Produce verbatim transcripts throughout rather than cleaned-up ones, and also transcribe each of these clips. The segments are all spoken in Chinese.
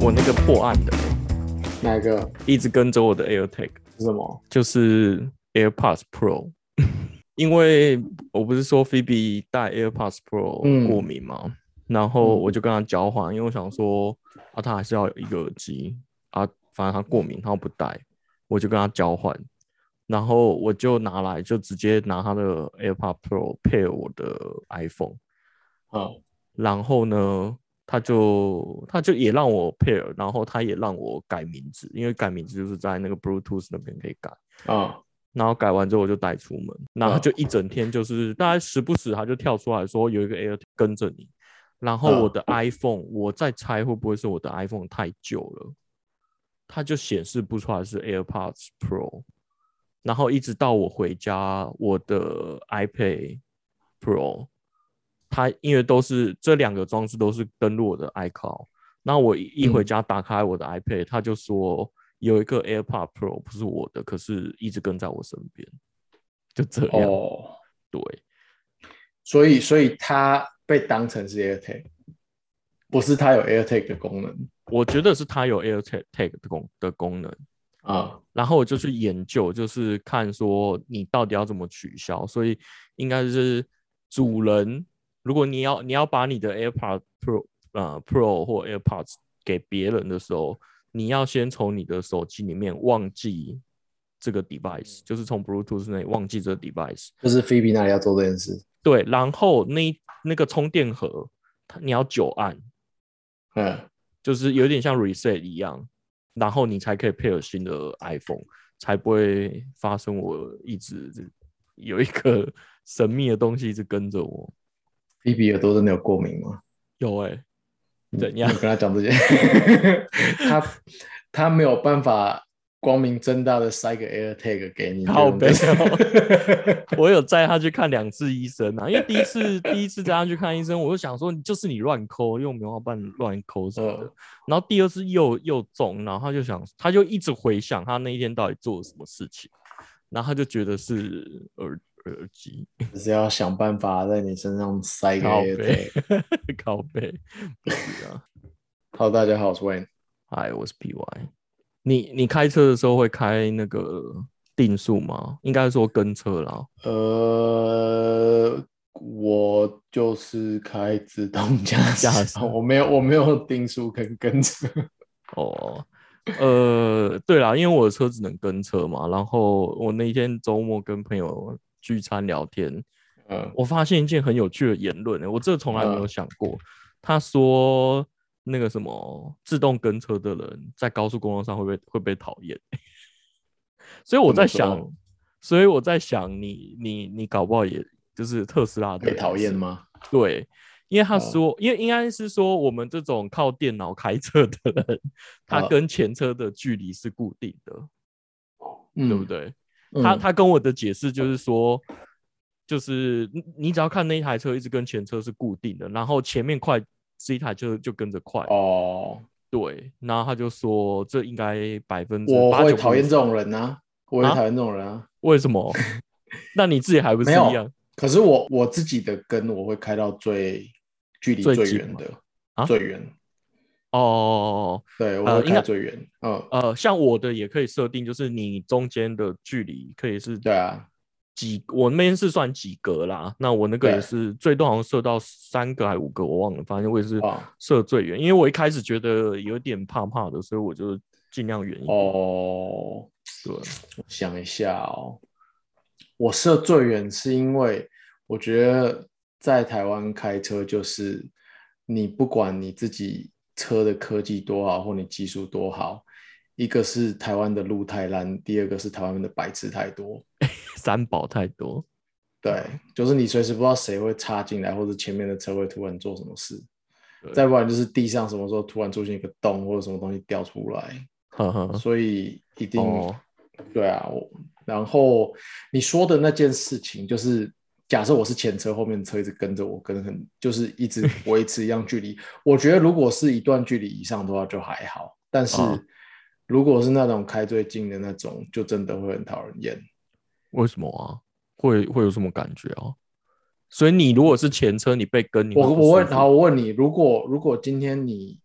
我那个破案的哪一个？ 一直跟着我的 AirTag 是什么？ 就是 AirPods Pro 因为我不是说 Phoebe 戴 AirPods Pro 过敏吗、嗯、然后我就跟他交换、嗯、因为我想说啊，他还是要有一个耳机啊，反正他过敏他不戴，我就跟他交换，然后我就拿来就直接拿他的 AirPods Pro 配我的 iPhone、 哦、 然后呢他就他就也让我 pair， 然后他也让我改名字，因为改名字就是在那个 Bluetooth 那边可以改啊、哦。然后改完之后我就带出门，然后他就一整天就是大概时不时他就跳出来说有一个 AirTag 跟着你，然后我的 iPhone、哦、我在猜会不会是我的 iPhone 太旧了，它就显示不出来是 AirPods Pro， 然后一直到我回家我的 iPad Pro， 它因为都是这两个装置都是登录我的 iCloud， 然后我一回家打开我的 iPad、嗯、它就说有一个 AirPods Pro 不是我的，可是一直跟在我身边，就这样。哦，对， 所以所以它被当成是 AirTag， 不是它有 AirTag 的功能。 我觉得是它有 AirTag 的功的功能啊，然后我就去研究，就是看说你到底要怎么取消，所以应该是主人，如果你要你要把你的 AirPods Pro、呃、Pro 或 AirPods 给别人的时候，你要先从你的手机里面忘记这个 device， 就是从 Bluetooth 那里忘记这个 device， 就是 Phoebe 那里要做这件事。 对，然后那那个充电盒你要久按，嗯，就是有点像 reset 一样，然后你才可以配合新的 iPhone， 才不会发生我一直有一个神秘的东西一直跟着我。 Phoebe 耳朵真的有过敏吗？ 有哎、欸，怎样？ 你跟他讲这些，他他没有办法光明正大的塞个 AirTag 给你。 靠北哦，我有载他去看两次医生啊，因为第一次第一次载他去看医生，我就想说就是你乱抠，因为我没有办法乱抠什么的、呃。然后第二次又又中，然后他就想，他就一直回想他那一天到底做了什么事情，然后他就觉得是耳耳机， 只是要想办法在你身上塞个 AirTag。 靠北，不是啊。 Hello， 大家好，我是 Wayne。 嗨，我是 P Y。你你开车的时候会开那个定速吗？应该说跟车啦。 呃，我就是开自动驾驶，我没有我没有定速跟跟车。 哦，呃，对啦，因为我的车只能跟车嘛。然后我那一天周末跟朋友聚餐聊天，嗯，我发现一件很有趣的言论、欸，我这从来没有想过。嗯、他说。那个什么自动跟车的人在高速公路上会被会被讨厌，所以我在想，所以我在想你，你你你搞不好也就是特斯拉的被讨厌吗？ 对，因为他说，呃、因为应该是说我们这种靠电脑开车的人，他跟前车的距离是固定的，嗯、对不对？嗯、他他跟我的解释就是说。就是你只要看那一台车一直跟前车是固定的，然后前面快这一台车就跟着快哦，对，然后他就说这应该百分之我会讨厌这种人啊，我会讨厌这种人啊， 啊为什么？那你自己还不是一样？ 可是我我自己的跟我会开到最距离最远的，啊、最远。 哦， 对，我会开最远。 呃、嗯、呃，像我的也可以设定，就是你中间的距离可以是对啊。 几，我那边是算几格啦，那我那个也是最多好像设到三个还五个，我忘了，反正我也是设最远、哦，因为我一开始觉得有点怕怕的，所以我就尽量远一点。 哦， 对， 我想一下哦，我设最远是因为我觉得在台湾开车就是你不管你自己车的科技多好，或你技术多好。一个是台湾的路太烂，第二个是台湾的白痴太多， 三宝太多。 对，就是你随时不知道谁会插进来，或者前面的车会突然做什么事，再不然就是地上什么时候突然出现一个洞，或者什么东西掉出来， 呵呵， 所以一定、哦、对啊。然后你说的那件事情，就是假设我是前车，后面的车一直跟着我，跟很就是一直维持一样距离。我觉得如果是一段距离以上的话就还好，但是。哦，如果是那种开最近的那种，就真的会很讨人厌。 为什么啊？会会有什么感觉啊？所以你如果是前车，你被跟你会不舒服。 我我问，好，我问你，如果如果今天你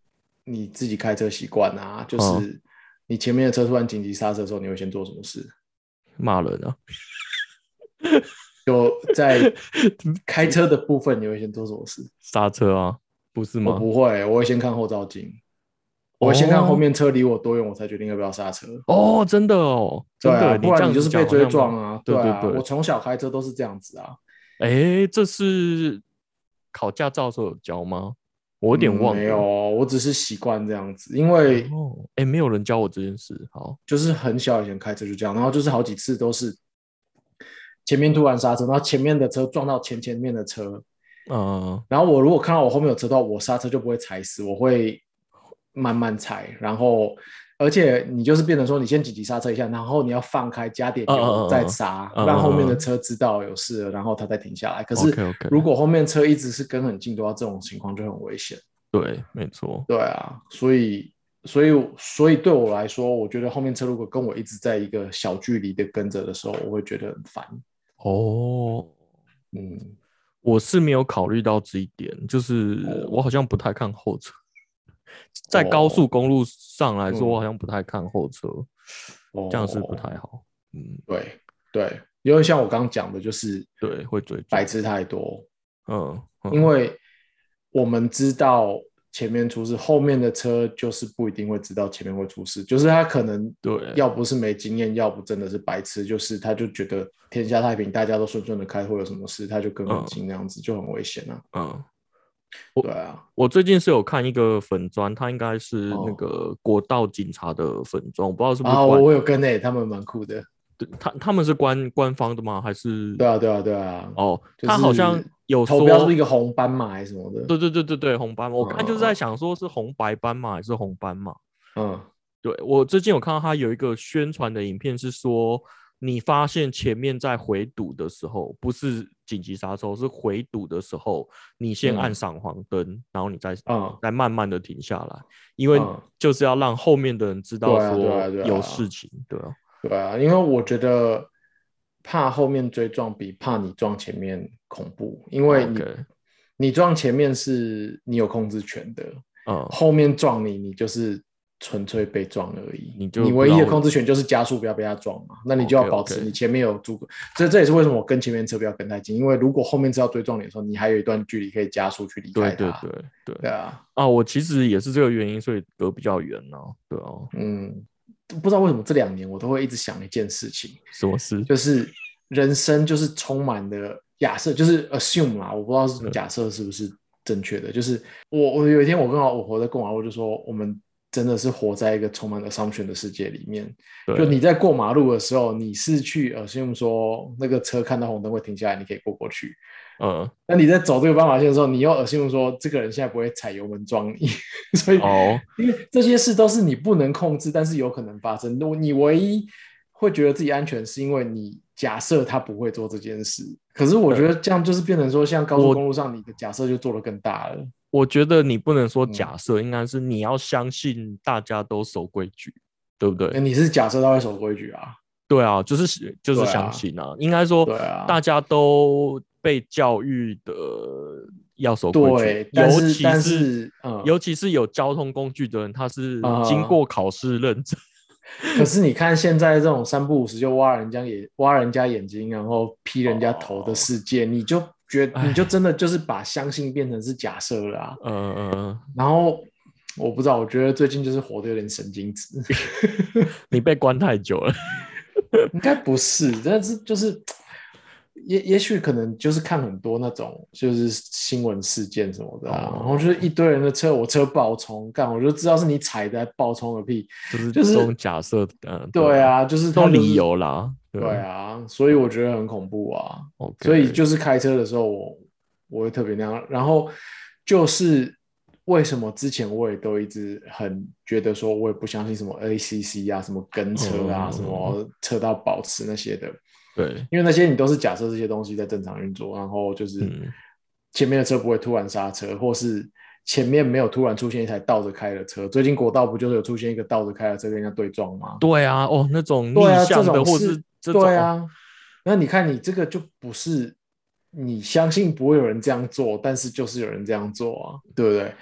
你自己开车习惯啊，就是你前面的车突然紧急刹车的时候，你会先做什么事？ 骂人啊！ 就在开车的部分，你会先做什么事？ 刹车啊，不是吗？ 我不会，我会先看后照镜，我会先看后面车离我多远，我才决定要不要刹车。 哦，真的哦，真的， 对啊，不然你就是被追撞啊。 对对啊， 对对， 我从小开车都是这样子啊。 哎，这是考驾照的时候有教吗？我有点忘了。 嗯、没有，我只是习惯这样子，因为哦，哎，没有人教我这件事。好， 就是很小以前开车就这样，然后就是好几次都是前面突然刹车，然后前面的车撞到前前面的车。嗯，然后我如果看到我后面有车的话，我刹车就不会踩死，我会慢慢踩，然后而且你就是变成说，你先紧急刹车一下，然后你要放开加点油再刹，嗯嗯嗯让后面的车知道有事了，然后它再停下来。可是如果后面车一直是跟很近的话，这种情况就很危险。 对，没错。 对啊，所以所以所以对我来说，我觉得后面车如果跟我一直在一个小距离的跟着的时候，我会觉得很烦。 哦， 嗯。 我是没有考虑到这一点，就是我好像不太看后车，在高速公路上来说，我好像不太看后车，哦、这样是不太好。嗯， 对对，因为像我刚刚讲的，就是对会追白痴太多。 嗯，嗯因为我们知道前面出事，后面的车就是不一定会知道前面会出事，就是他可能对， 要不是没经验，要不真的是白痴，就是他就觉得天下太平，大家都顺顺的开，会有什么事他就跟很近那样子，嗯、就很危险啊。嗯，对啊。 我最近是有看一个粉专，他应该是那个国道警察的粉专，我不知道是不是啊，我有跟诶、欸，他们蛮酷的。 对，他他们是官官方的吗？还是？ 对啊，对啊，对啊。 哦， 就是、 他好像有说投标是不是一个红斑马还是什么的？ 对对对对对，红斑马。我看就是在想说是红白斑马还是红斑马。嗯，对，我最近有看到他有一个宣传的影片，是说你发现前面在回堵的时候，不是紧急刹车，是回堵的时候，你先按闪黄灯，嗯、然后你再、嗯、再慢慢的停下来，因为就是要让后面的人知道说有事情，对啊。 对啊，因为我觉得怕后面追撞比怕你撞前面恐怖，因为你、okay. 你撞前面是你有控制权的，嗯，后面撞你，你就是纯粹被撞而已。你, 你唯一的控制权就是加速，不要被他撞嘛。那你就要保持你前面有足够。这、okay, okay. 这也是为什么我跟前面车不要跟太近，因为如果后面车要追撞你的时候，你还有一段距离可以加速去离开它。 对对对 对, 对啊！ 啊，我其实也是这个原因，所以隔比较远呢、啊。对啊， 嗯。不知道为什么这两年我都会一直想一件事情， 什么事？ 就是人生就是充满了假设，就是 assume 啦，我不知道是假设是不是正确的。就是我我有一天我跟我我在跟我我就说，我们真的是活在一个充满了 assumption 的世界里面。就你在过马路的时候，你是去 assume 说那个车看到红灯会停下来，你可以过过去。嗯，那你在走这个斑马线的时候，你又 assume 说这个人现在不会踩油门撞你，所以、哦、因为这些事都是你不能控制，但是有可能发生。你唯一会觉得自己安全，是因为你假设他不会做这件事。可是我觉得这样就是变成说，像高速公路上，你的假设就做得更大了。 我, 我觉得你不能说假设，嗯、应该是你要相信大家都守规矩，对不对？ 欸、你是假设他会守规矩啊？ 对啊，就是就是相信啊，啊应该说，大家都被教育的要守规矩， 对， 尤其是, 是、嗯、 尤其是有交通工具的人，他是经过考试认证。 嗯、可是你看现在这种三不五时就挖人家眼挖人家眼睛，然后劈人家头的世界，哦、你就觉得你就真的就是把相信变成是假设了啊。嗯嗯。然后我不知道，我觉得最近就是活得有点神经质。 你被关太久了。 应该不是，但是就是也也许可能就是看很多那种就是新闻事件什么的啊，哦、然后就是一堆人的车，我车爆冲，干我就知道是你踩的，爆冲个屁， 就是这种假设，嗯， 对啊，就是都理由啦， 对啊，所以我觉得很恐怖啊。Okay. 所以就是开车的时候我，我我会特别那样，然后就是。为什么之前我也都一直很觉得说，我也不相信什么 A C C 啊，什么跟车啊，嗯、什么车道保持那些的。 对， 因为那些你都是假设这些东西在正常运作，然后就是前面的车不会突然刹车，或是前面没有突然出现一台倒着开的车。最近国道不就是有出现一个倒着开的车跟人家对撞吗？ 对啊，哦，那种逆向的，啊、或是这种， 对啊。那你看你这个就不是。你相信不会有人这样做，但是就是有人这样做啊，对不对？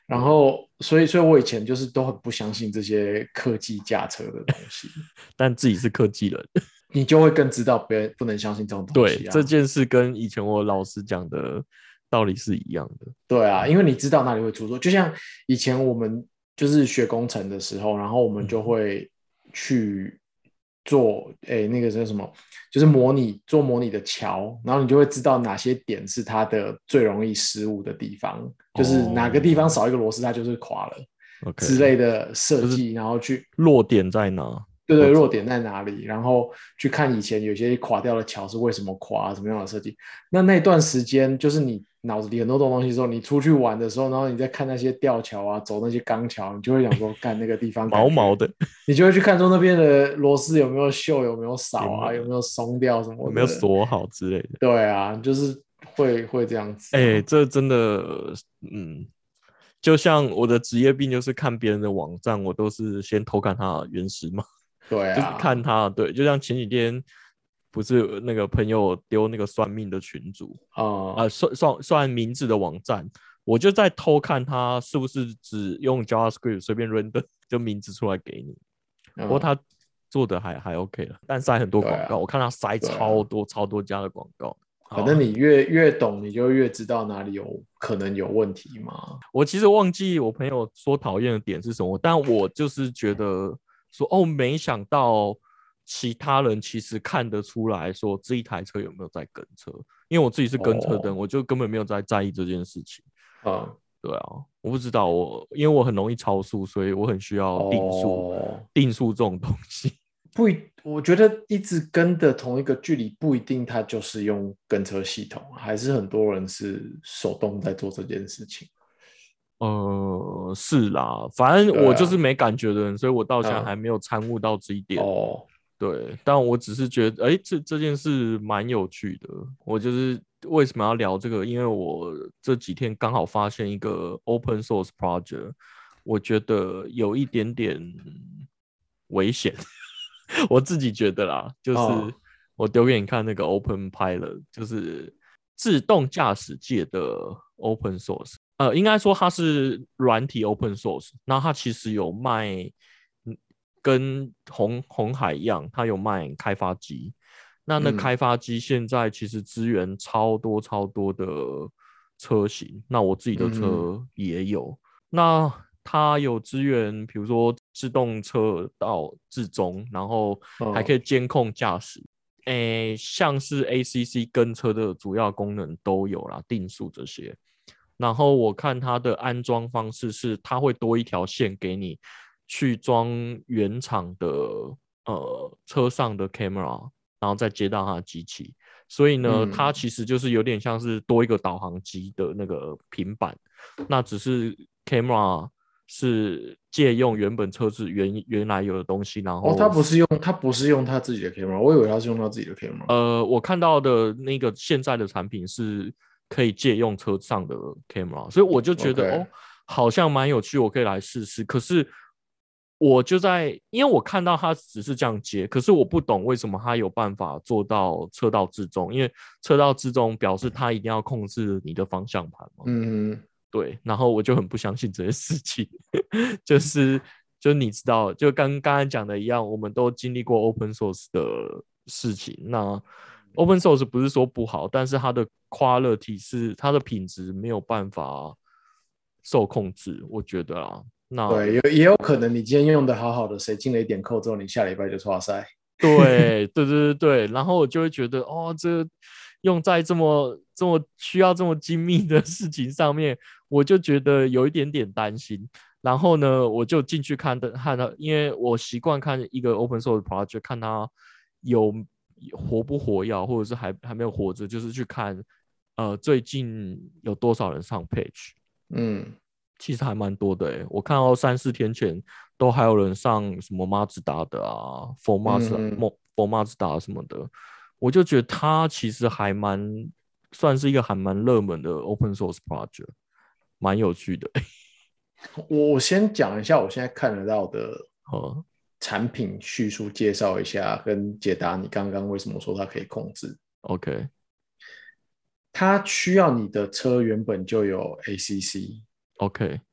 然后所以所以我以前就是都很不相信这些科技驾车的东西， 但自己是科技人， 你就会更知道别人不能相信这种东西对， 啊。 这件事跟以前我老师讲的道理是一样的。 对啊，因为你知道哪里会出错，就像以前我们就是学工程的时候，然后我们就会去做，诶，那个是什么？就是模拟做模拟的桥，然后你就会知道哪些点是它的最容易失误的地方，就是哪个地方少一个螺丝，它就是垮了、 哦、 之类的设计，然后去落点在哪？ 对对，弱点在哪里？然后去看以前有些垮掉的桥是为什么垮，什么样的设计。那那段时间，就是你脑子里很多种东西的时候，你出去玩的时候，然后你在看那些吊桥啊，走那些钢桥，你就会想说，干那个地方毛毛的， 你就会去看说那边的螺丝有没有锈，有没有少啊，有没有松掉什么的， 有没有锁好之类的。 对啊，就是会会这样子、 啊。哎、欸，这真的，嗯。就像我的职业病就是看别人的网站，我都是先偷看他的原始码， 对啊， 就是看他，对，就像前几天不是那个朋友丢那个算命的群组啊、 嗯呃，算算算名字的网站，我就在偷看他是不是只用 JavaScript 随便 render 就名字出来给你， 嗯、 不过他做的还还 OK 了，但塞很多广告，啊、我看他塞超多、啊、超多家的广告。 反正你越越懂，你就越知道哪里有可能有问题嘛。 我其实忘记我朋友说讨厌的点是什么，但我就是觉得说，哦，没想到其他人其实看得出来说这一台车有没有在跟车，因为我自己是跟车灯，哦、我就根本没有在在意这件事情。 嗯， 对啊，我不知道，我因为我很容易超速，所以我很需要定速，哦、定速这种东西。 不，我觉得一直跟的同一个距离不一定它就是用跟车系统，还是很多人是手动在做这件事情。 呃，是啦，反正我就是没感觉的人，啊、所以我到现在还没有参悟到这一点。 哦， 对，但我只是觉得，哎，这这件事蛮有趣的。我就是为什么要聊这个？因为我这几天刚好发现一个 open source project， 我觉得有一点点危险。我自己觉得啦，就是我丢给你看那个 Open Pilot， 就是自动驾驶界的 Open Source， 呃，应该说它是软体 Open Source， 那它其实有卖，跟红红海一样，它有卖开发机，那那开发机现在其实支援超多超多的车型，那我自己的车也有，嗯、那它有支援，比如说自动车道至中，然后还可以监控驾驶。诶、哦，像是 A C C 跟车的主要功能都有啦，定速这些。然后我看它的安装方式是，它会多一条线给你去装原厂的呃车上的 camera， 然后再接到它的机器。所以呢，嗯、它其实就是有点像是多一个导航机的那个平板，那只是 camera。是借用原本车子 原, 原来有的东西，然后哦，他不是用他不是用他自己的 camera， 我以为他是用他自己的 camera。 呃，我看到的那个现在的产品是可以借用车上的 camera， 所以我就觉得、okay. 哦，好像蛮有趣，我可以来试试。可是我就在，因为我看到他只是这样接，可是我不懂为什么他有办法做到车道自动，因为车道自动表示他一定要控制你的方向盘嘛。 嗯。 对，然后我就很不相信这件事情，就是就你知道，就跟刚才讲的一样，我们都经历过 open source 的事情。那 open source 不是说不好，但是它的 quality 是它的品质没有办法受控制，我觉得啊。那对，有也有可能你今天用的好好的，谁进了一点扣之后，你下礼拜就刷塞。 对对对对对，然后我就会觉得，哦，这用在这么这么需要这么精密的事情上面，我就觉得有一点点担心。然后呢，我就进去看的看到，因为我习惯看一个 open source project， 看它有活不活跃，或者是还还没有活着，就是去看呃最近有多少人上 page。嗯。其实还蛮多的诶，我看到三四天前都还有人上什么马自达的啊 ，For Mazda、For Mazda 什么的，我就觉得它其实还蛮算是一个还蛮热门的 Open Source Project， 蛮有趣的。 我我先讲一下我现在看得到的产品叙述，介绍一下跟解答你刚刚为什么说它可以控制。 OK， 它需要你的车原本就有 A C C。 OK，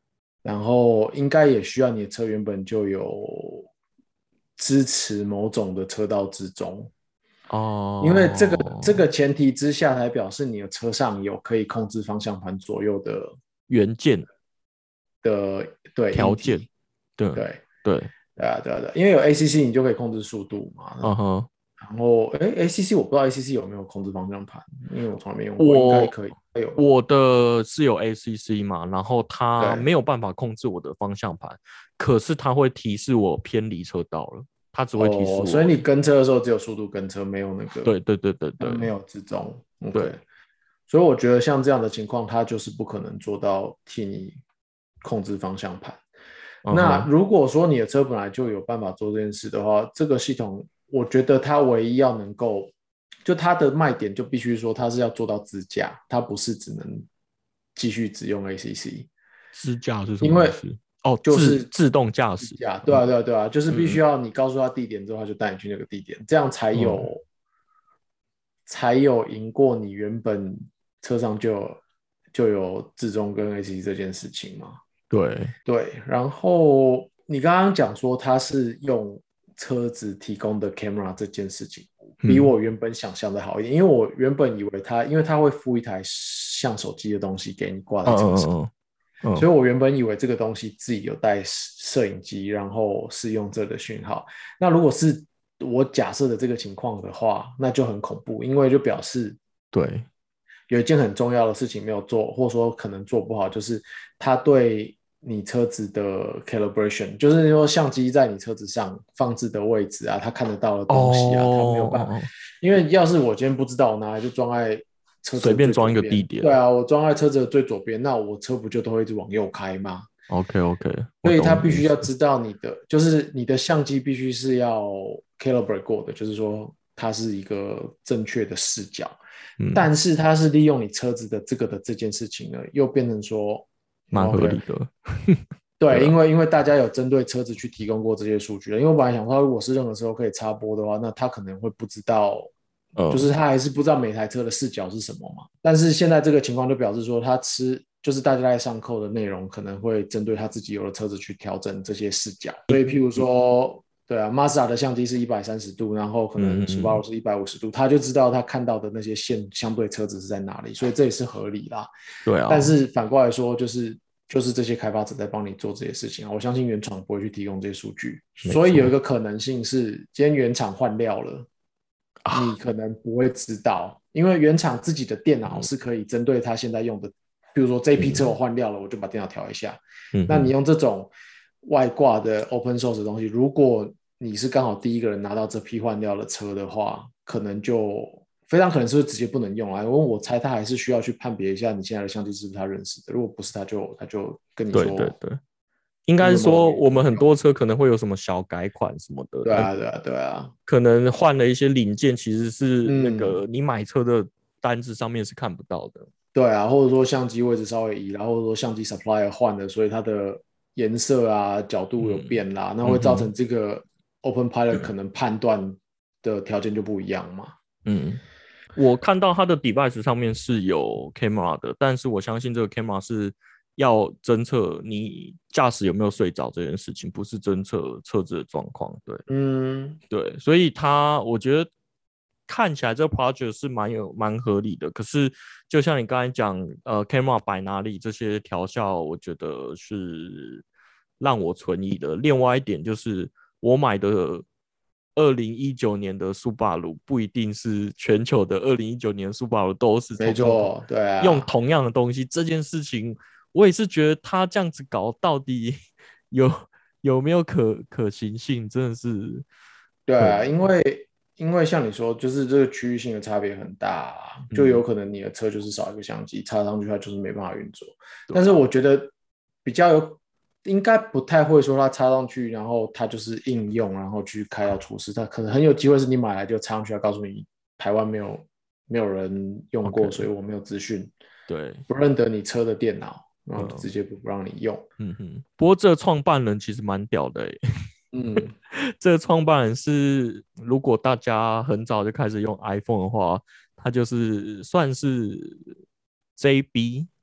然后应该也需要你的车原本就有支持某种的车道之中。 哦， 因为这个这个前提之下，才表示你的车上有可以控制方向盘左右的元件的对条件，对对对对啊对啊对啊，因为有 A C C 你就可以控制速度嘛。 嗯哼。 然后哎 A C C 我不知道 A C C 有没有控制方向盘，因为我从来没用过， 我应该可以。有我的是有 A C C 嘛，然后它对没有办法控制我的方向盘，可是它会提示我偏离车道了，它只会提示我。 哦，所以你跟车的时候只有速度跟车，没有那个。 对对对对对， 没有之中。 对 OK，所以我觉得像这样的情况，它就是不可能做到替你控制方向盘。 嗯、 那如果说你的车本来就有办法做这件事的话，这个系统我觉得它唯一要能够，就它的卖点就必须说它是要做到自驾，它不是只能继续只用 A C C。 支架是什么意思？哦， 就是自自动驾驶。 对啊，对啊，对啊，就是必须嗯要你告诉他地点之后，他就带你去那个地点，这样才有、 嗯、 才有赢过你原本车上就有就有自重跟 A C C 这件事情嘛。 对对，然后你刚刚讲说他是用车子提供的 camera 这件事情，比我原本想象的好一点，嗯、因为我原本以为他，因为他会附一台像手机的东西给你挂在车上。嗯嗯嗯嗯，所以我原本以为这个东西自己有带摄影机，然后是用这个讯号。那如果是我假设的这个情况的话，那就很恐怖，因为就表示对有一件很重要的事情没有做，或者说可能做不好，就是它对你车子的 calibration， 就是说相机在你车子上放置的位置啊，它看得到的东西啊，它没有办法。因为要是我今天不知道，我拿来就装在车子随便装一个地点， 对啊，我装在车子的最左边，那我车不就都会一直往右开吗 ？OK OK， 所以他必须要知道你的，就是你的相机必须是要 calibrate 过的，就是说它是一个正确的视角。嗯、但是它是利用你车子的这个的这件事情呢，又变成说蛮合理的。 对，对因为因为大家有针对车子去提供过这些数据了，因为我本来想说，如果是任何时候可以插播的话，那他可能会不知道。就是他还是不知道每台车的视角是什么嘛，但是现在这个情况就表示说，他吃就是大家在上扣的内容可能会针对他自己有的车子去调整这些视角，所以譬如说，对啊 ，Mazda 的相机是一百三十度，然后可能 Subaru 是一百五十度，他就知道他看到的那些线相对车子是在哪里，所以这也是合理啦。 对啊， 但是反过来说，就是就是这些开发者在帮你做这些事情啊，我相信原厂不会去提供这些数据，所以有一个可能性是，今天原厂换料了。你可能不会知道，因为原厂自己的电脑是可以针对他现在用的，比如说这批车我换掉了，我就把电脑调一下。嗯、那你用这种外挂的 open source 的东西，如果你是刚好第一个人拿到这批换掉的车的话，可能就非常可能是直接不能用啊。因为我猜他还是需要去判别一下你现在的相机是不是他认识的，如果不是他就他就跟你说。 对对对。应该是说，我们很多车可能会有什么小改款什么的， 对啊，对啊，对啊， 可能换了一些零件，其实是那个你买车的单子上面是看不到的。 嗯、对啊，或者说相机位置稍微移，然后或者说相机 supplier 换了，所以它的颜色啊、角度有变啦，嗯、那会造成这个 Open Pilot 可能判断的条件就不一样嘛。 嗯，我看到它的 device 上面是有 camera 的，但是我相信这个 camera 是要侦测你驾驶有没有睡着这件事情，不是侦测车子的状况。对， 嗯， 对，所以它我觉得看起来这个 project 是蛮有蛮合理的。可是就像你刚才讲，呃 ，camera 摆哪里这些调校，我觉得是让我存疑的。另外一点就是我买的二零一九年的苏巴鲁不一定是全球的二零一九年苏巴鲁都是没错，对啊， 用同样的东西，这件事情我也是觉得他这样子搞到底有有没有可可行性，真的是对啊，因为因为像你说，就是这个区域性的差别很大、啊，就有可能你的车就是少一个相机，插上去它就是没办法运作。但是我觉得比较有。应该不太会说它插上去，然后它就是应用，然后去开到出事。它可能很有机会是你买来就插上去，要告诉你台湾没有没有人用过， okay, 所以我没有资讯， 对， 不认得你车的电脑，然后直接不让你用。 嗯哼。不过这个创办人其实蛮屌的欸， 嗯， 这个创办人是如果大家很早就开始用 iPhone 的话，他就是算是 J B。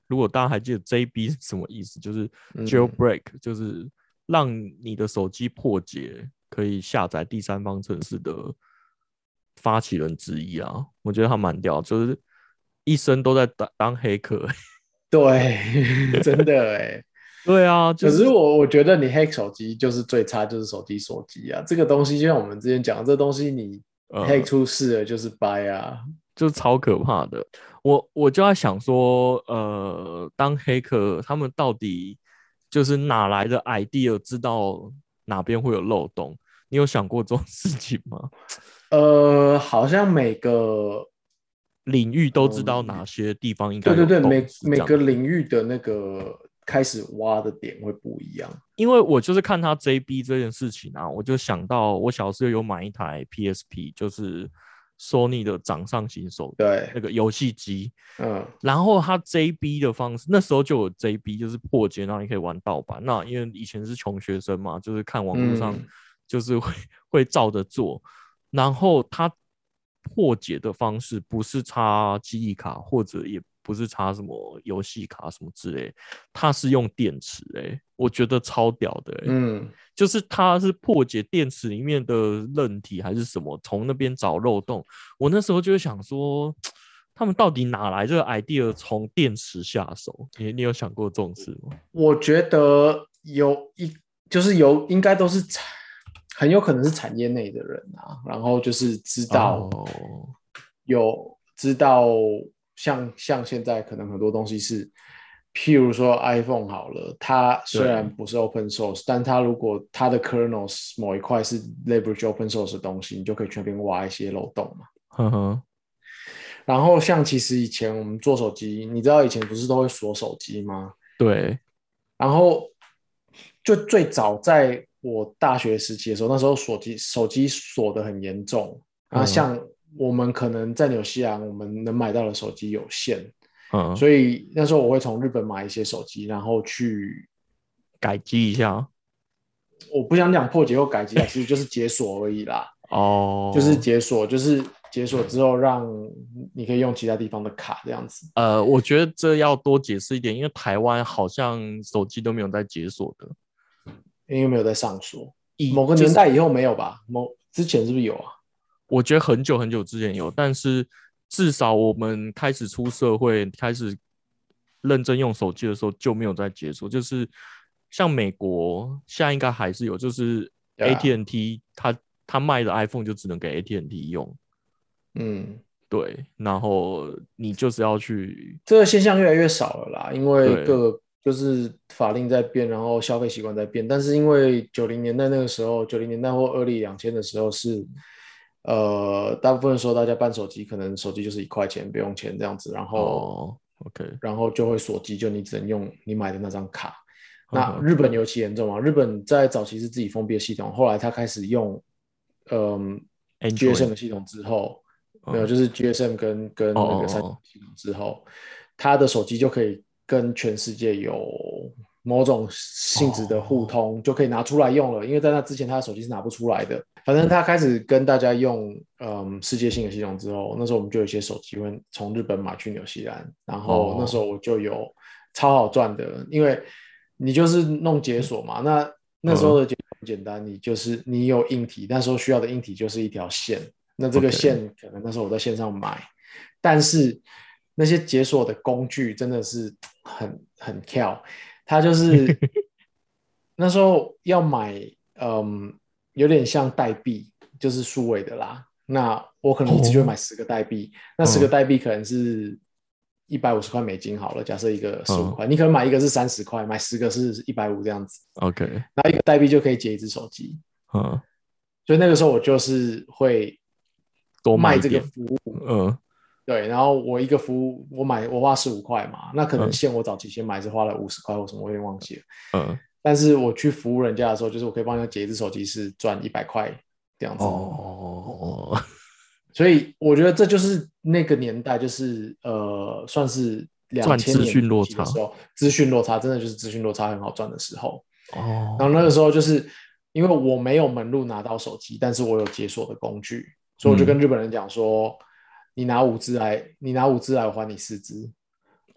如果大家还记得 J B 是什么意思，就是 jailbreak，、嗯、就是让你的手机破解可以下载第三方程式的发起人之一啊。我觉得他蛮屌，就是一生都在当当黑客。 对，真的哎。 对啊，就是、 可是我我觉得你 hack 手机就是最差，就是手机锁机啊。这个东西就像我们之前讲的，这东西你 hack 出事了就是掰啊，呃、 就是超可怕的。我我就在想说，呃，当黑客他们到底就是哪来的 idea， 知道哪边会有漏洞？你有想过这种事情吗？ 呃，好像每个领域都知道哪些地方应该有洞。对对对，每每个领域的那个开始挖的点会不一样。 因为我就是看他 J B 这件事情啊，我就想到我小时候有买一台 P S P， 就是Sony 的掌上型手对那个游戏机， 嗯， 然后它 J B 的方式，那时候就有 J B， 就是破解，然后你可以玩盗版。那因为以前是穷学生嘛，就是看网络上就是会、嗯、会照着做，然后它破解的方式不是插记忆卡，或者也不是插什么游戏卡什么之类，它是用电池、欸，我觉得超屌的、欸， 嗯， 就是它是破解电池里面的韧体还是什么，从那边找漏洞。我那时候就会想说，他们到底哪来这个 idea 从电池下手？你你有想过这種事嗎？ 我覺得有一就是有應該都是很有可能是產業內的人啊，然後就是知道、oh. 有知道像像現在可能很多東西是，譬如說 iPhone 好了，它雖然不是 open source， 但它如果它的 kernels 某一塊是 leverage open source 的東西，你就可以去那邊挖一些漏洞嘛。 呵呵。 然後像其實以前我們做手機，你知道以前不是都會鎖手機嗎？ 對。 然後就最早在我大學時期的時候，那時候手機手機鎖得很嚴重。然後像我們可能在紐西蘭，我們能買到的手機有限，嗯，所以那時候我會從日本買一些手機，然後去改機一下。 我不想講破解或改機啊，其實就是解鎖而已啦。 哦， 就是解鎖，就是解鎖之後讓你可以用其他地方的卡這樣子。 呃，我覺得這要多解釋一點，因為台灣好像手機都沒有在解鎖的， 因為沒有在上鎖。某個年代以後沒有吧？某之前是不是有啊？ 我覺得很久很久之前有，但是至少我們開始出社會，開始認真用手機的時候就沒有在解鎖。就是像美國現在應該還是有，就是 A T and T 它他賣的 iPhone 就只能給 A T and T 用， 嗯， 對，然後你就是要去， 這個現象越來越少了啦，因為各個就是法令在變，然後消費習慣在變，但是因為九零年代那個時候，九零年代或early兩千的時候是，呃，大部分時候大家辦手機，可能手機就是一塊錢不用錢這樣子，然後、 哦、OK， 然後就會鎖機，就你只能用你買的那張卡。那日本尤其嚴重啊，日本在早期是自己封閉的系統，後來他開始用嗯 G S M 的系統之後，沒有，就是 G S M 跟跟那個三星系統之後，他的手機就可以跟全世界有某種性質的互通，就可以拿出來用了。因為在那之前，他的手機是拿不出來的。反正他開始跟大家用嗯世界性的系統之後，那時候我們就有一些手機會從日本買去紐西蘭，然後那時候我就有超好賺的，因為你就是弄解鎖嘛，那那時候的解鎖很簡單，你就是你有硬體，那時候需要的硬體就是一條線，那這個線可能那時候我在線上買， okay. 但是那些解鎖的工具真的是很很跳，它就是那時候要買，嗯，有點像代幣，就是數位的啦，那我可能一次就會買十個代幣， oh. 那十個代幣可能是一百五十塊美金好了，假設一個十五塊， 你可能買一個是三十塊，買十個是一百五這樣子 ，OK， 然後一個代幣就可以解一隻手機， 嗯， 所以那個時候我就是會多賣這個服務， 嗯， 對，然後我一個服務我買我花十五塊嘛，那可能線我早期先買是花了五十塊或什麼，我有點忘記了，嗯，但是我去服務人家的時候，就是我可以幫人家解一隻手機是賺一百塊這樣子， 哦。 所以我覺得這就是那個年代，就是呃，算是兩千年的時候，資訊落差真的就是資訊落差很好賺的時候。哦，然後那個時候就是因為我沒有門路拿到手機，但是我有解鎖的工具，所以我就跟日本人講說，嗯、你拿五支來，你拿五支來，我還你四支。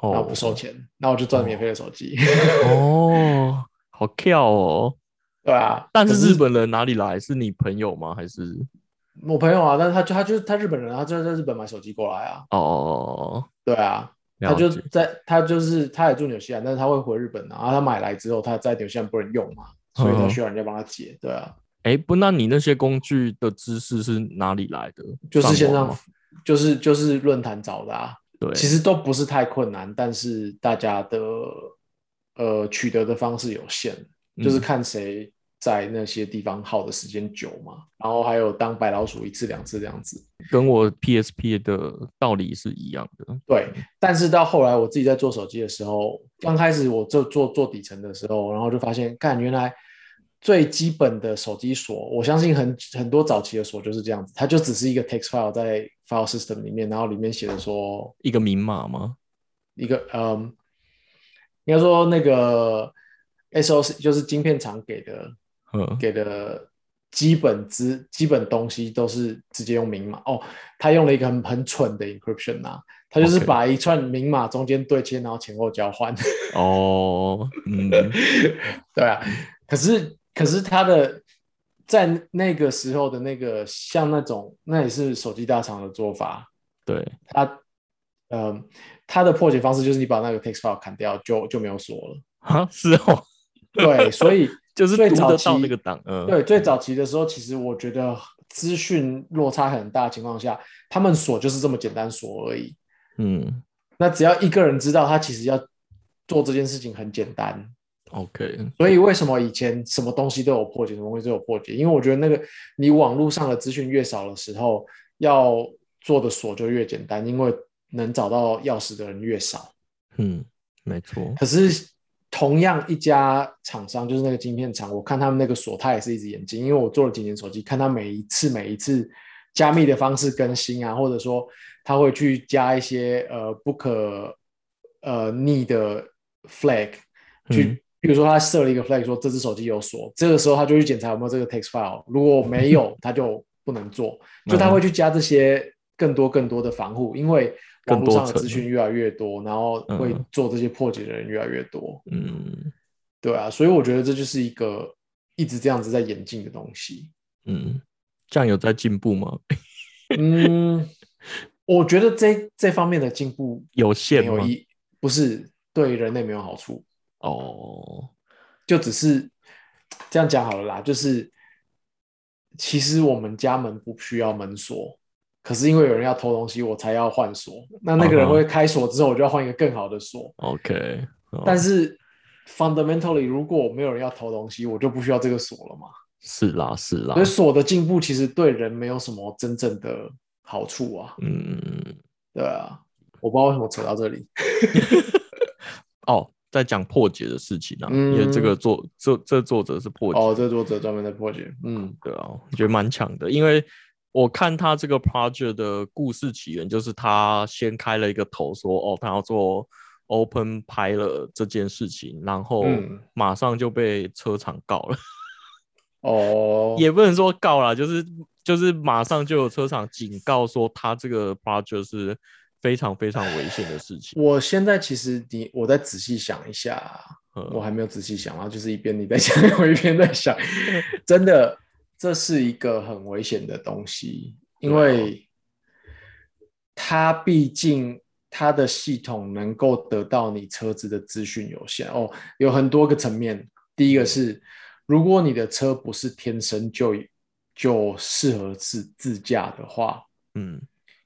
然后不收钱，那、哦、我就赚免费的手机。 哦，好跳哦。 对啊， 但是日本人哪里来？是你朋友吗？还是我朋友啊？但是他就他就是他日本人，他就在日本买手机过来啊。 哦， 对啊，他就在他就是他也住纽西兰，但是他会回日本啊。然后他买来之后，他在纽西兰不能用嘛，所以他需要人家帮他解。对啊。 哎，不，那你那些工具的知识是哪里来的？ 就是线上，就是就是论坛找的啊。 对， 其实都不是太困难，但是大家的呃取得的方式有限，就是看谁在那些地方耗的时间久嘛。然后还有当白老鼠一次两次这样子， 跟我 P S P 的道理是一样的。 对，但是到后来我自己在做手机的时候，刚开始我做做做底层的时候，然后就发现，干原来。最基本的手机锁，我相信很很多早期的锁就是这样子，它就只是一个 text file 在 file system 里面，然后里面写的说一个明码吗？ 一个嗯，应该说那个 S O C 就是晶片厂给的给的基本资基本东西都是直接用明码哦。他用了一个很很蠢的 encryption 啊，他就是把一串明码中间对切，然后前后交换。 哦，嗯， 对啊，可是。可是他的在那个时候的那个像那种那也是手机大厂的做法， 对他呃他的破解方式就是你把那个 text file 砍掉就就没有锁了啊，是哦， 对，所以就是读得到那个档， 嗯，对，最早期的时候，其实我觉得资讯落差很大的情况下，他们锁就是这么简单锁而已，嗯，那只要一个人知道，他其实要做这件事情很简单。 OK， 所以为什么以前什么东西都有破解，什么东西都有破解？因为我觉得那个你网络上的资讯越少的时候，要做的锁就越简单，因为能找到钥匙的人越少。 嗯，没错。 可是同样一家厂商，就是那个晶片厂，我看他们那个锁，它也是一直演进。因为我做了几年手机，看他每一次每一次加密的方式更新啊，或者说他会去加一些呃不可呃逆的 flag 去。嗯，比如说他设了一个 flag 说这只手机有锁，这个时候他就去检查有没有这个 text file， 如果没有他就不能做，就他会去加这些更多更多的防护，因为网络上的资讯越来越多，然后会做这些破解的人越来越多。嗯，对啊，所以我觉得这就是一个一直这样子在演进的东西。 嗯，这样有在进步吗？ 嗯，我觉得这这方面的进步有限吗？ 不是对人类没有好处。哦，就只是这样讲好了啦，就是其实我们家门不需要门锁，可是因为有人要偷东西，我才要换锁。那那个人会开锁之后，我就要换一个更好的锁。 OK， 但是 fundamentally， 如果没有人要偷东西，我就不需要这个锁了嘛。 是啦，是啦。 所以锁的进步其实对人没有什么真正的好处啊。嗯，对啊，我不知道为什么扯到这里。 哦。在讲破解的事情啊，嗯、因为这个作这这作者是破解哦，这作者专门在破解，嗯， 对啊，我觉得蛮强的，因为我看他这个 project 的故事起源，就是他先开了一个头说，哦，他要做 Open Pilot 这件事情，然后马上就被车厂告了，哦，也不能说告啦，就是就是马上就有车厂警告说他这个 project 是非常非常危险的事情。 我现在其实你我再仔细想一下，我还没有仔细想啊，就是一边你在想，我一边在想，真的这是一个很危险的东西，因为它毕竟它的系统能够得到你车子的资讯有限哦，有很多个层面。第一个是，如果你的车不是天生就就适合自自驾的话，嗯。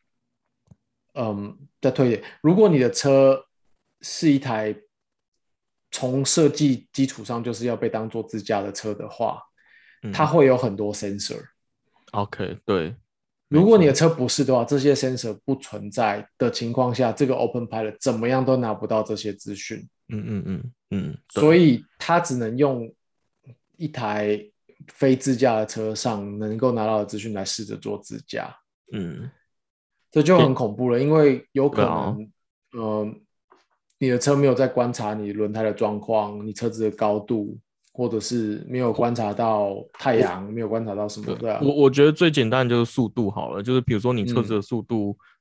嗯，再推一点，如果你的车是一台从设计基础上就是要被当做自驾的车的话，嗯、它会有很多 sensor。 OK， 对。 如果你的车不是的话，这些 sensor 不存在的情况下，这个 Open Pilot 怎么样都拿不到这些资讯。嗯嗯嗯嗯。所以它只能用一台非自驾的车上能够拿到的资讯来试着做自驾。嗯。这就很恐怖了，因为有可能，啊、呃，你的车没有在观察你轮胎的状况，你车子的高度，或者是没有观察到太阳，没有观察到什么，对啊。 我我觉得最简单的就是速度好了，就是比如说你车子的速度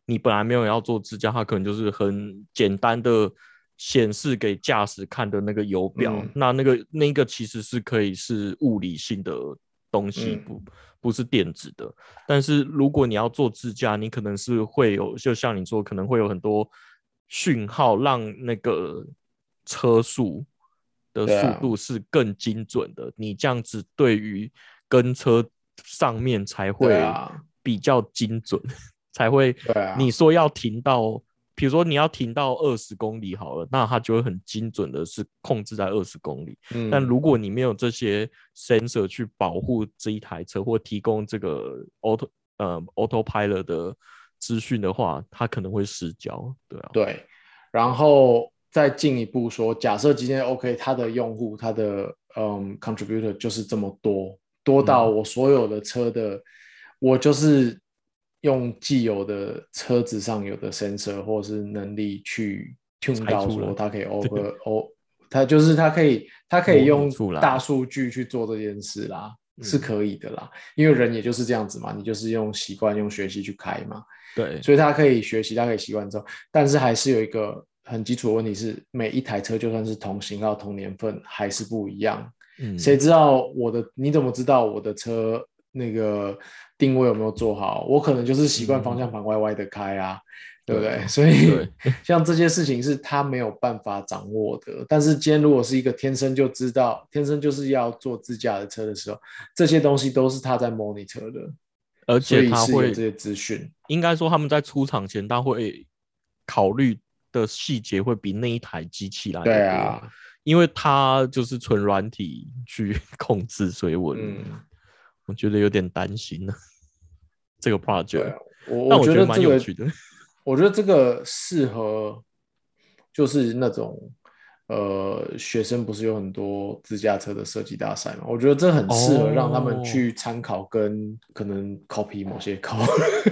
你本来没有要做支架，它可能就是很简单的显示给驾驶看的那个油表，嗯、那那个那个其实是可以是物理性的东西，嗯、不不是电子的。但是如果你要做支架，你可能是会有，就像你说，可能会有很多讯号让那个车速的速度是更精准的，啊、你这样子对于跟车上面才会比较精准，啊、才会。你说要停到，比如说你要停到二十公里好了，那它就会很精准的是控制在二十公里。嗯、但如果你没有这些 sensor 去保护这一台车，或提供这个 auto 呃 autopilot 的资讯的话，它可能会失焦。对啊， 对，然后。再进一步说，假设今天 OK， 它的用户，它的嗯 contributor 就是这么多，多到我所有的车的，嗯、我就是用既有的车子上有的 sensor 或是能力去 tune 到说它可以 over o， 它就是它可以它可以用大数据去做这件事啦，是可以的啦，因为人也就是这样子嘛，你就是用习惯用学习去开嘛， 对， 所以它可以学习，它可以习惯之后，但是还是有一个。很基础的问题是，每一台车就算是同型号、同年份，还是不一样。嗯，谁知道我的？你怎么知道我的车那个定位有没有做好？我可能就是习惯方向盘歪歪的开啊，嗯、对不对？对，所以像这些事情是他没有办法掌握的。但是今天如果是一个天生就知道、天生就是要做自驾的车的时候，这些东西都是他在 monitor 的， 而且他会有这些资讯。 应该说他们在出厂前，他会考虑的细节会比那一台机器来的多， 对啊， 因为它就是纯软体去控制，所以我、嗯、我觉得有点担心了这个 project。 啊、我但我觉得蛮有趣的。 我觉得这个适合就是那种呃学生不是有很多自驾车的设计大赛嘛？我觉得这很适合让他们去参考跟可能 copy 某些考。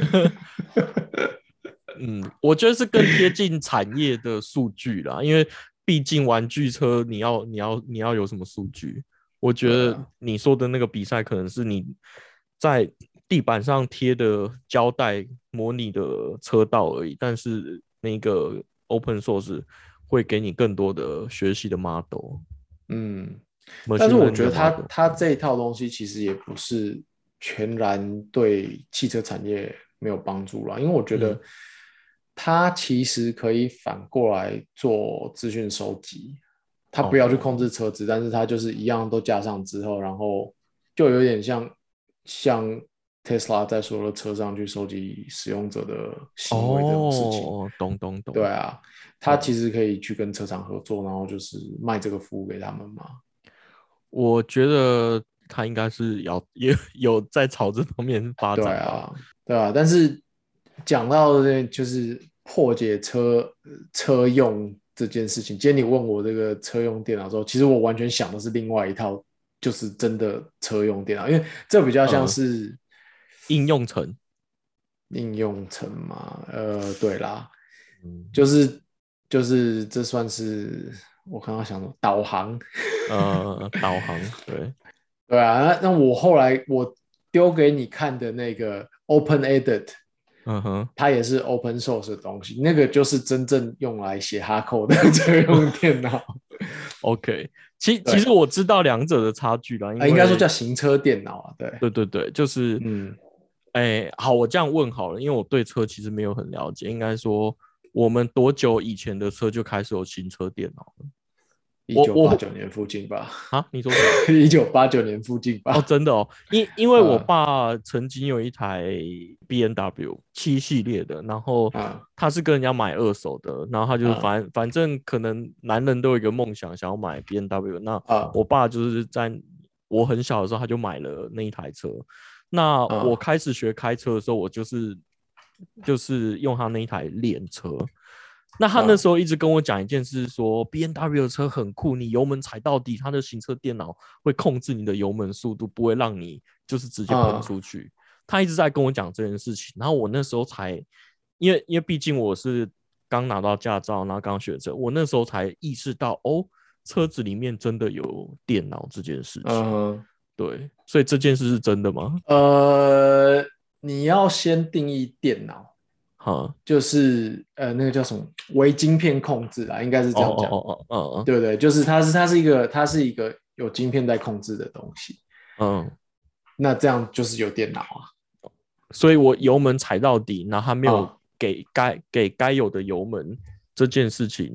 嗯，我觉得是更贴近产业的数据啦，因为毕竟玩具车你要你要你要有什么数据？我觉得你说的那个比赛可能是你在地板上贴的胶带模拟的车道而已，但是那个 open source 会给你更多的学习的 model。 嗯，但是我觉得它它这一套东西其实也不是全然对汽车产业没有帮助啦，因为我觉得、嗯。它其实可以反过来做资讯收集，它不要去控制车子， oh. 但是它就是一样都加上之后，然后就有点像像 Tesla 在所有的车上去收集使用者的行为这种事情。 哦，懂懂懂。 对啊，它其实可以去跟车厂合作，然后就是卖这个服务给他们嘛。 我觉得他应该是有有有在朝这方面发展吧。 对啊，对啊，但是。讲到就是破解车车用这件事情，今天你问我这个车用电脑之后，其实我完全想的是另外一套，就是真的车用电脑，因为这比较像是、 呃、应用层， 应用层嘛，呃，对啦，嗯、就是就是这算是我刚刚想说导航， 呃，导航，对， 对啊，那那我后来我丢给你看的那个 OpenEdit。 嗯哼， 它也是 open source 的东西，那个就是真正用来写哈扣的车用电脑。 OK， 其其实我知道两者的差距啦，因为、 啊、应该说叫行车电脑啊，对， 对对对，就是嗯，哎，好，我这样问好了，因为我对车其实没有很了解，应该说我们多久以前的车就开始有行车电脑了？ 一九八九年附近吧。 啊，你说什么？一九八九年附近吧。 哦，真的哦，因因为我爸曾经有一台 B M W 七系列的，然后他是跟人家买二手的，然后他就反、嗯、反正可能男人都有一个梦想，想要买 B M W。那我爸就是在我很小的时候他就买了那一台车。那我开始学开车的时候，我就是就是用他那一台练车。那他那时候一直跟我讲一件事说，说 B M W 的车很酷，你油门踩到底，它的行车电脑会控制你的油门速度，不会让你就是直接喷出去。嗯、他一直在跟我讲这件事情，然后我那时候才，因为因为毕竟我是刚拿到驾照，然后刚学车，我那时候才意识到，哦，车子里面真的有电脑这件事情。嗯、对，所以这件事是真的吗？ 呃，你要先定义电脑。 哈， 就是呃那个叫什么微晶片控制啦，应该是这样讲。 哦哦哦哦， 对不对？就是它是它是一个它是一个有晶片在控制的东西。 嗯， 那这样就是有电脑啊。 所以我油门踩到底，然后他没有啊给该给该有的油门，这件事情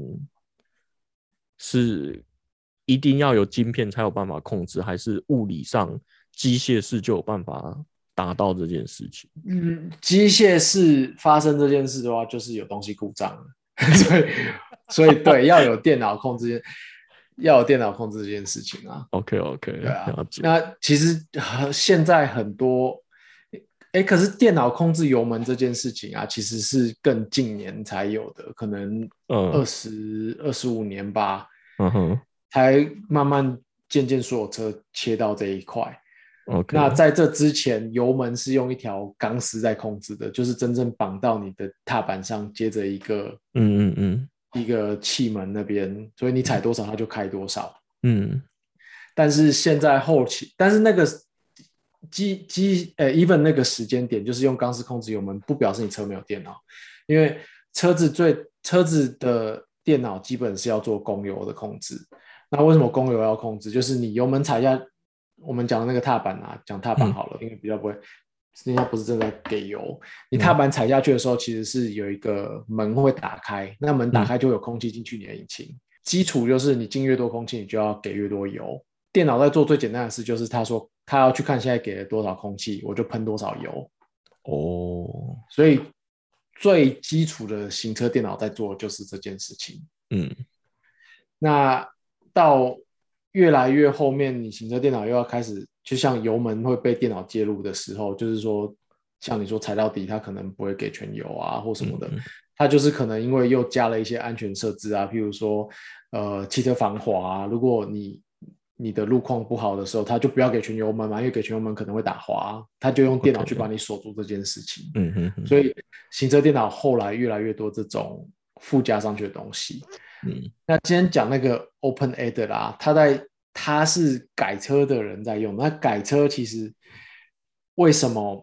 是一定要有晶片才有办法控制，还是物理上机械式就有办法达到这件事情？ 嗯，机械式发生这件事的话，就是有东西故障了。所以所以对，要有电脑控制，要有电脑控制这件事情啊。 OK OK， 对啊， 了解。 那其实现在很多，哎，可是电脑控制油门这件事情啊，其实是更近年才有的，可能二嗯十二十五年吧， 嗯哼才慢慢渐渐所有车切到这一块。 ，OK， 那在这之前，油门是用一条钢丝在控制的，就是真正绑到你的踏板上，接着一个嗯嗯嗯一个气门那边，所以你踩多少它就开多少。 嗯但是现在后期，但是那个机机呃 even 那个时间点，就是用钢丝控制油门，不表示你车没有电脑，因为车子最车子的电脑基本是要做供油的控制。那为什么供油要控制？就是你油门踩下，我们讲的那个踏板啊，讲踏板好了，因为比较不会，人家不是真的给油。你踏板踩下去的时候，其实是有一个门会打开，那门打开就有空气进去你的引擎。基础就是你进越多空气，你就要给越多油。电脑在做最简单的事，就是他说他要去看现在给了多少空气，我就喷多少油。 哦， 所以最基础的行车电脑在做的就是这件事情。 嗯那到越来越后面，你行车电脑又要开始，就像油门会被电脑介入的时候，就是说，像你说踩到底，它可能不会给全油啊，或什么的， 嗯它就是可能因为又加了一些安全设置啊，譬如说，呃，汽车防滑啊，如果你你的路况不好的时候，它就不要给全油门嘛，因为给全油门可能会打滑，它就用电脑去把你锁住这件事情。 嗯嗯嗯， 所以行车电脑后来越来越多这种附加上去的东西。 嗯那今天讲那个 OpenAid 的啦，他在他是改车的人在用。那改车其实为什么？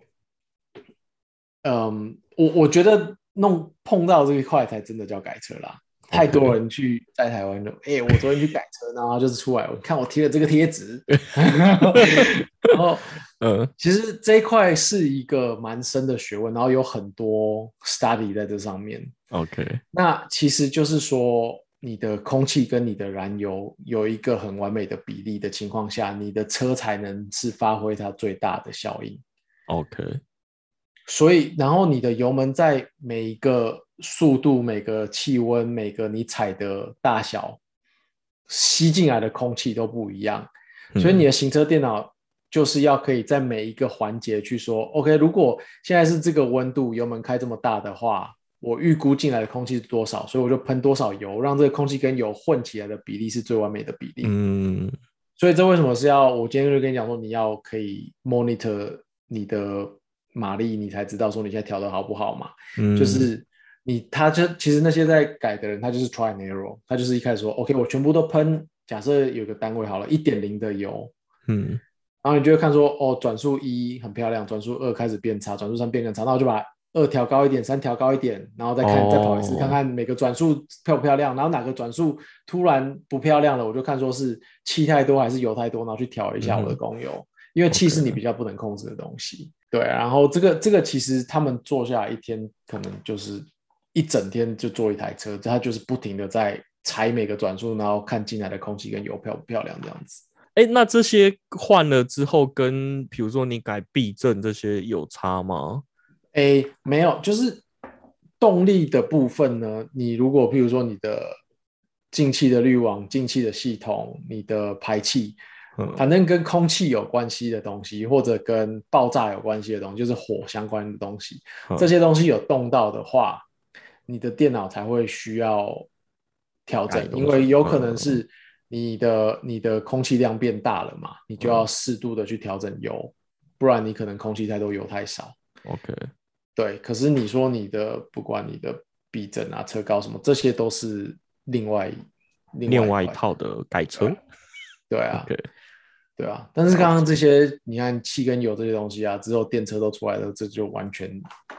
嗯，我我觉得弄碰到这一块才真的叫改车啦。太多人去在台湾了，哎、欸，我昨天去改车，然后就是出来，我看我贴了这个贴纸，然后，嗯，其实这一块是一个蛮深的学问，然后有很多 study 在这上面。 OK， 那其实就是说，你的空气跟你的燃油有一个很完美的比例的情况下，你的车才能是发挥它最大的效应。 OK， 所以，然后你的油门在每一个速度、每个气温、每个你踩的大小，吸进来的空气都不一样。所以你的行车电脑就是要可以在每一个环节去说 ，OK， 如果现在是这个温度，油门开这么大的话，我预估进来的空气是多少，所以我就喷多少油，让这个空气跟油混起来的比例是最完美的比例。嗯，所以这为什么是要我今天就跟你讲说，你要可以 monitor 你的马力，你才知道说你现在调的好不好嘛。嗯，就是你他就其实那些在改的人，他就是 try and error， 他就是一开始说 OK， 我全部都喷，假设有个单位好了 一点零 的油，嗯，然后你就会看说哦，转速一很漂亮，转速二开始变差，转速三变更差，那我就把二调高一点，三调高一点，然后再看、哦、再跑一次，看看每个转速漂不漂亮，然后哪个转速突然不漂亮了，我就看说是气太多还是油太多，然后去调一下我的供油，嗯、因为气是你比较不能控制的东西。Okay. 对，然后这个这个其实他们做下来一天可能就是一整天就做一台车，他就是不停的在踩每个转速，然后看进来的空气跟油漂不漂亮这样子。 哎，那这些换了之后，跟比如说你改避震这些有差吗？ 哎，没有，就是动力的部分呢。你如果譬如说你的进气的滤网、进气的系统、你的排气，嗯、反正跟空气有关系的东西，或者跟爆炸有关系的东西，就是火相关的东西，嗯、这些东西有动到的话，你的电脑才会需要调整，因为有可能是你的你的空气量变大了嘛，你就要适度的去调整油，不然你可能空气太多，油太少。 OK。 对，可是你说你的不管你的避震啊、车高什么，这些都是另外另外 一, 另外一套的改车。 对啊，对 okay. 啊，对啊。但是刚刚这些，你看气跟油这些东西啊，之后电车都出来了，这就完全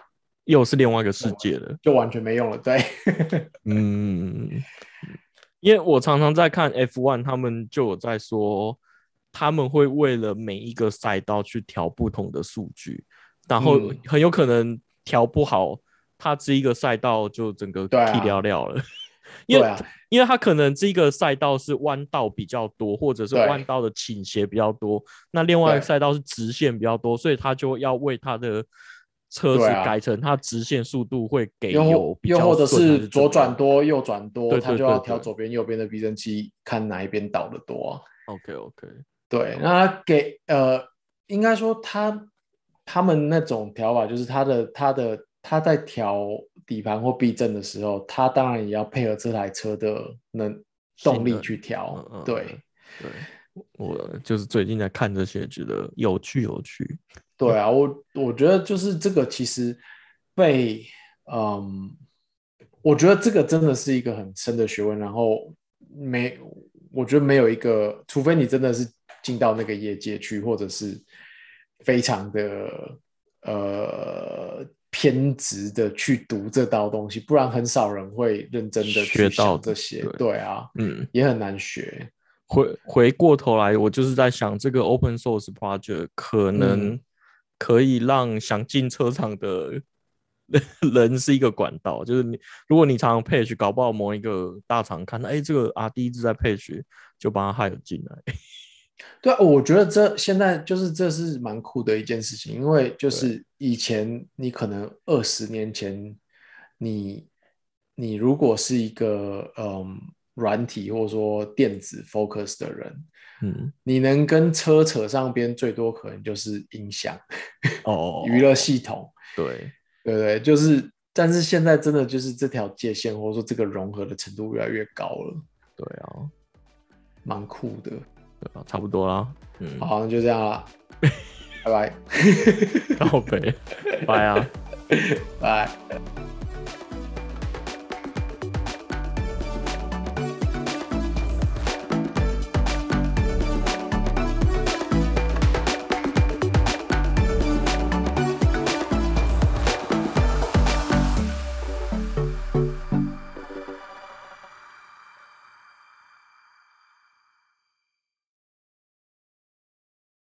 又是另外一个世界了， 就完全没用了。对， 嗯，因为我常常在看 F 一， 他们就有在说，他们会为了每一个赛道去调不同的数据，然后很有可能调不好，它这一个赛道就整个踢掉掉了。因为、啊、因为它可能这个赛道是弯道比较多，或者是弯道的倾斜比较多，那另外一个赛道是直线比较多，所以他就要为他的车子改成它直线速度会给油比较顺， 又或者是左转多右转多， 他就要调左边右边的避震器，看哪一边倒的多、啊。 OK OK， 对，那给呃，应该说他他们那种调法，就是他的他的他在调底盘或避震的时候，他当然也要配合这台车的能动力去调。嗯嗯对对，我就是最近在看这些，觉得有趣有趣。 对啊，我我觉得就是这个其实被嗯，我觉得这个真的是一个很深的学问，然后没，我觉得没有一个，除非你真的是进到那个业界去，或者是非常的呃偏执的去读这道东西，不然很少人会认真的去想这些。对, 对啊，嗯，也很难学。 回回过头来，我就是在想，这个 open source project 可能、嗯。可以让想进车厂的人是一个管道，就是你，如果你常常 page， 搞不好某一个大厂看到，哎、欸，这个 R D 一直在 page， 就把他 hire 进来。 对啊，我觉得这现在就是这是蛮酷的一件事情，因为就是以前你可能二十年前，你你如果是一个嗯软体或者说电子 focus 的人。嗯，你能跟车扯上边，最多可能就是音响哦，娱乐系统， 对对对，就是，但是现在真的就是这条界限，或者说这个融合的程度越来越高了。 对啊， 蛮酷的。 对啊，差不多啦。 嗯，好，那就这样啦，拜拜。 告别，拜啊， 拜。